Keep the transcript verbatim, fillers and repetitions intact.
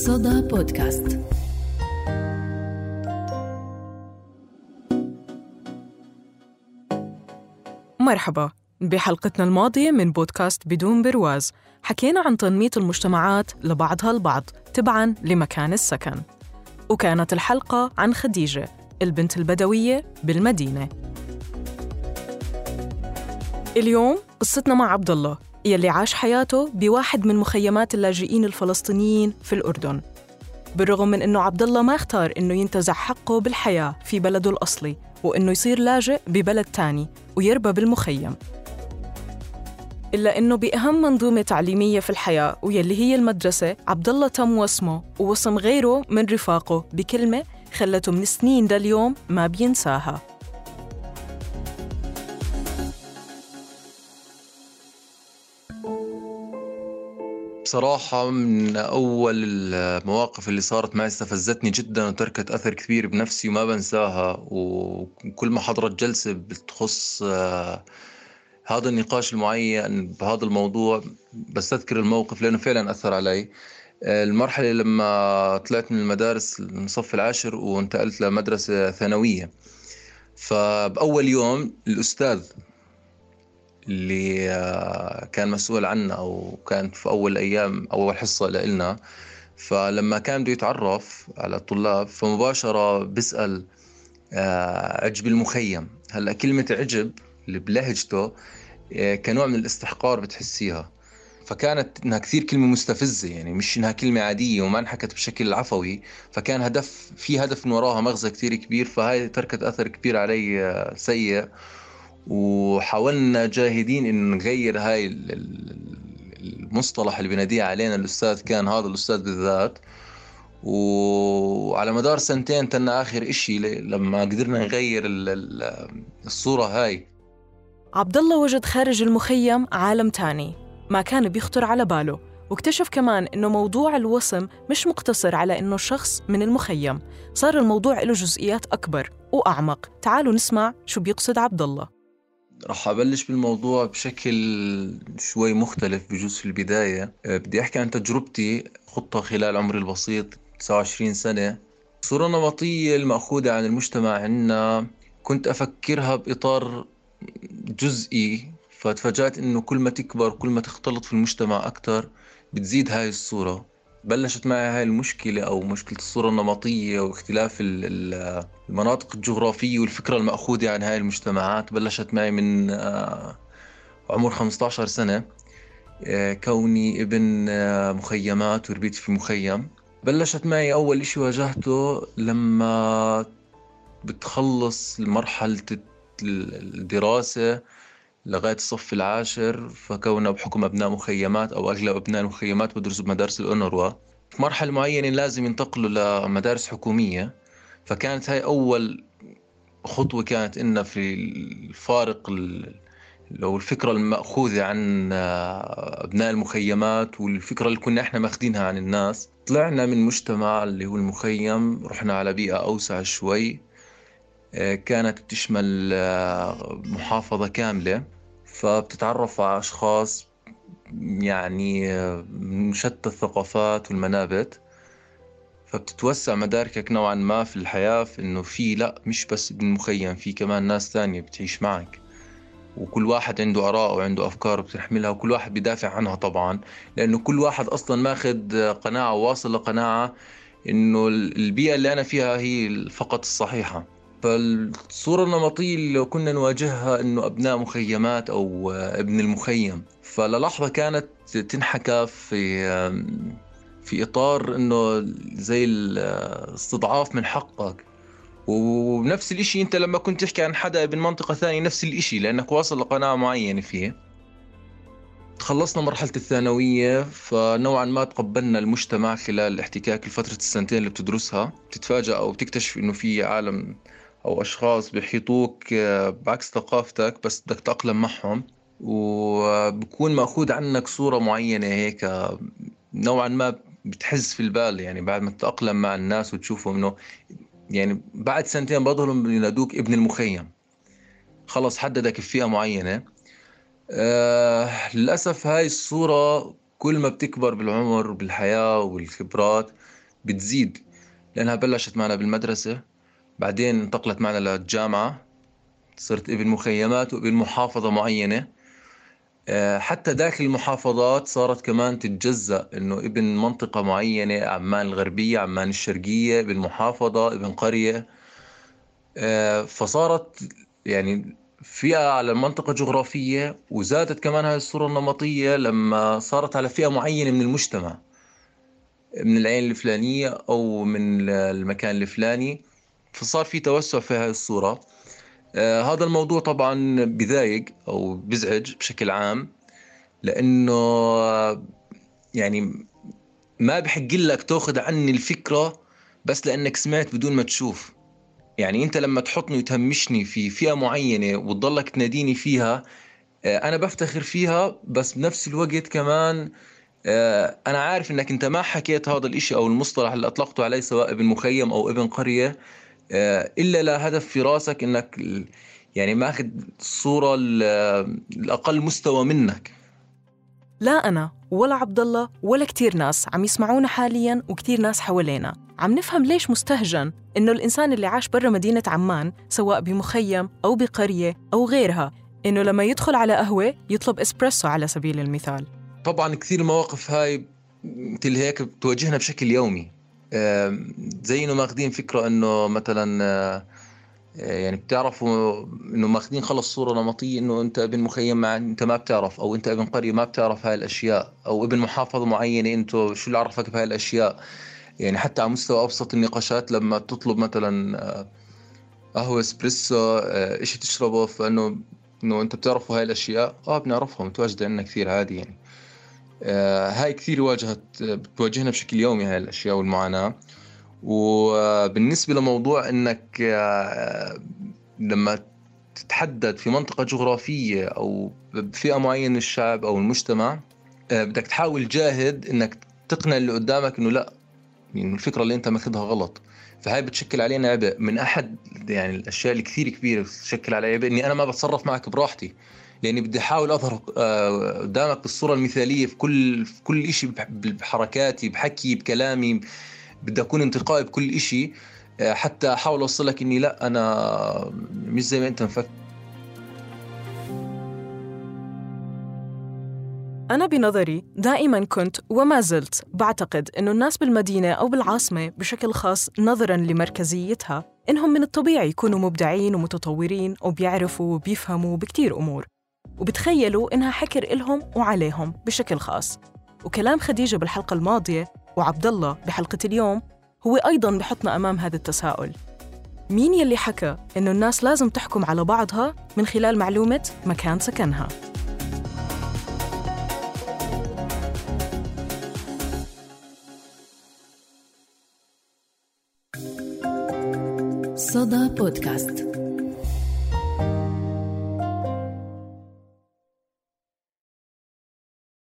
صدى بودكاست. مرحبا. بحلقتنا الماضية من بودكاست بدون برواز حكينا عن تنميط المجتمعات لبعضها البعض تبعاً لمكان السكن، وكانت الحلقة عن خديجة البنت البدوية بالمدينة. اليوم قصتنا مع عبد الله يلي عاش حياته بواحد من مخيمات اللاجئين الفلسطينيين في الأردن. بالرغم من أنه عبد الله ما اختار أنه ينتزع حقه بالحياة في بلده الأصلي وأنه يصير لاجئ ببلد تاني ويربى بالمخيم، إلا أنه بأهم منظومة تعليمية في الحياة ويلي هي المدرسة عبد الله تم وصمه ووصم غيره من رفاقه بكلمة خلته من سنين لليوم ما بينساها. بصراحة من أول المواقف اللي صارت معي استفزتني جدا وتركت أثر كبير بنفسي وما بنساها، وكل ما حضرت جلسة بتخص آه، هذا النقاش المعين بهذا الموضوع بستذكر الموقف لأنه فعلا أثر علي. آه، المرحلة لما طلعت من المدارس من الصف العاشر وانتقلت لمدرسة ثانوية، فبأول يوم الأستاذ اللي آه، كان مسؤول عنا أو كانت في أول أيام أول حصة لإلنا، فلما كان بده يتعرف على الطلاب فمباشرة بيسأل آه، عجب المخيم. هلأ كلمة عجب اللي بلهجته آه، كنوع من الاستحقار بتحسيها، فكانت إنها كثير كلمة مستفزة، يعني مش إنها كلمة عادية وما انحكت بشكل عفوي، فكان هدف في هدف من وراها مغزى كثير كبير. فهاي تركت أثر كبير علي آه، سيء، وحاولنا جاهدين إن نغير هاي ال- ال- المصطلح اللي بيناديه علينا الأستاذ، كان هذا الأستاذ بالذات. وعلى مدار سنتين تنا آخر إشي ل- لما قدرنا نغير ال- ال- الصورة هاي. عبد الله وجد خارج المخيم عالم تاني ما كان بيخطر على باله، واكتشف كمان إنه موضوع الوصم مش مقتصر على إنه شخص من المخيم، صار الموضوع له جزئيات أكبر وأعمق. تعالوا نسمع شو بيقصد عبد الله. راح أبلش بالموضوع بشكل شوي مختلف بجوز في البداية. أه، بدي أحكي عن تجربتي خطة خلال عمري البسيط تسعة وعشرين سنة. صورة نمطية المأخوذة عن المجتمع عنا كنت أفكرها بإطار جزئي، فتفاجأت إنه كل ما تكبر كل ما تختلط في المجتمع أكتر بتزيد هاي الصورة. بلشت معي هاي المشكلة أو مشكلة الصورة النمطية واختلاف ال- ال- المناطق الجغرافية والفكرة المأخوذة عن هاي المجتمعات. بلشت معي من آه، عمر خمسة عشر سنة، آه، كوني ابن آه، مخيمات وربيت في مخيم. بلشت معي أول إشي واجهته لما بتخلص مرحلة الدراسة لغاية الصف العاشر، فكونا بحكم أبناء مخيمات أو أغلب أبناء المخيمات بدرسوا بمدارس الأونروا، في مرحلة معينة لازم ينتقلوا لمدارس حكومية. فكانت هاي أول خطوة كانت إنها في الفارق ال- لو الفكرة المأخوذة عن آه، أبناء المخيمات والفكرة اللي كنا إحنا ماخدينها عن الناس. طلعنا من مجتمع اللي هو المخيم، رحنا على بيئة أوسع شوي، آه، كانت تشمل آه، محافظة كاملة، فبتتعرف على أشخاص يعني آه، من شتى الثقافات والمنابت، فبتتوسع مداركك نوعا ما في الحياة، في إنه في لا مش بس ابن مخيم، في كمان ناس تانية بتعيش معك، وكل واحد عنده آراء وعنده أفكار بتحملها، وكل واحد بيدافع عنها طبعا، لأنه كل واحد أصلا ماخد آه، قناعة وواصل لقناعة إنه البيئة اللي أنا فيها هي فقط الصحيحة. فالصورة النمطية اللي كنا نواجهها إنه أبناء مخيمات أو آه، ابن المخيم، فللحظة كانت تنحكى في آم، في إطار إنه زي الاستضعاف من حقك. ونفس الإشي أنت لما كنت تحكي عن حدا ابن منطقة ثانية، نفس الإشي لأنك واصل لقناعة معينة فيه. تخلصنا مرحلة الثانوية، فنوعا ما تقبلنا المجتمع خلال الاحتكاك لفترة السنتين اللي بتدرسها. بتتفاجأ أو بتكتشف إنه في عالم أو أشخاص بيحيطوك آه، بعكس ثقافتك، بس بدك تتأقلم معهم، وبكون مأخوذ عنك صورة معينة هيك آه، نوعا ما بتحز في البال. يعني بعد ما تتأقلم مع الناس وتشوفهم إنه يعني بعد سنتين بضلهم ينادوك ابن المخيم، خلص حددك في فئة معينة. آه للأسف هاي الصورة كل ما بتكبر بالعمر وبالحياة والخبرات بتزيد، لأنها بلشت معنا بالمدرسة، بعدين انتقلت معنا للجامعة، صرت ابن مخيمات وابن محافظة معينة. آه، حتى داخل المحافظات صارت كمان تتجزأ، إنه ابن منطقة معينة، عمان الغربية، عمان الشرقية، ابن محافظة، ابن قرية. آه، فصارت يعني فئة على المنطقة جغرافية، وزادت كمان هاي الصورة النمطية لما صارت على فئة معينة من المجتمع، من العين الفلانية أو من المكان الفلاني، فصار في توسع في هاي الصورة. آه، هذا الموضوع طبعا بضايق أو بزعج بشكل عام، لأنه آه، يعني ما بحق لك تاخذ عني الفكرة بس لأنك سمعت بدون ما تشوف. يعني أنت لما تحطني وتهمشني في فئة معينة وتضلك تناديني فيها، آه، أنا بفتخر فيها، بس بنفس الوقت كمان آه، أنا عارف إنك أنت ما حكيت هذا الإشي أو المصطلح اللي أطلقته عليه، سواء ابن مخيم أو ابن قرية، آه، إلا لا هدف في راسك إنك ال- يعني ماخذ الصورة ال- الأقل مستوى منك. لا أنا ولا عبد الله ولا كتير ناس عم يسمعونا حالياً وكتير ناس حوالينا عم نفهم ليش مستهجن إنه الإنسان اللي عاش برا مدينة عمان، سواء بمخيم أو بقرية أو غيرها، إنه لما يدخل على قهوة يطلب إسبريسو على سبيل المثال. طبعا كثير المواقف هاي مثل هيك بتواجهنا بشكل يومي. آم، زي انه ماخذين فكرة انه مثلا آه، يعني بتعرفوا انه ماخذين خلص صورة نمطية، انه انت ابن مخيم مع انت ما بتعرف، او انت ابن قرية ما بتعرف هاي الاشياء، او ابن محافظة معينة انت شو اللي عرفك بهاي الاشياء. يعني حتى على مستوى ابسط النقاشات، لما تطلب مثلا آه، قهوة اسبريسو، آه، اشي تشربه، فانه انه انت بتعرفوا هاي الاشياء. اه بنعرفها، متواجدة عندنا كثير عادي يعني. آه، هاي كثير واجهت بتواجهنا بشكل يومي هاي الأشياء والمعاناة. وبالنسبة لموضوع أنك آه، لما تتحدد في منطقة جغرافية أو بفئة معينة من الشعب أو المجتمع، آه، بدك تحاول جاهد أنك تقنع اللي قدامك أنه لا، يعني الفكرة اللي أنت ماخذها غلط. فهاي بتشكل علينا عبء. من أحد يعني الأشياء الكثير كبيرة بتشكل علي عبء إني أنا ما بتصرف معك براحتي، لاني بدي احاول اظهر آه، قدامك بالصوره المثاليه في كل في كل شيء، بحركاتي، بحكي، بكلامي. بدي اكون انتقائي بكل شيء، آه، حتى احاول اوصلك اني لا، انا مش زي ما انت مفكر. أنا بنظري دائماً كنت وما زلت بعتقد إنه الناس بالمدينة أو بالعاصمة بشكل خاص، نظراً لمركزيتها، إنهم من الطبيعي يكونوا مبدعين ومتطورين وبيعرفوا وبيفهموا بكتير أمور، وبتخيلوا إنها حكر إلهم وعليهم بشكل خاص. وكلام خديجة بالحلقة الماضية وعبد الله بحلقة اليوم هو أيضاً بحطنا أمام هذا التساؤل: مين يلي حكى إنه الناس لازم تحكم على بعضها من خلال معلومة مكان سكنها؟ صدى بودكاست.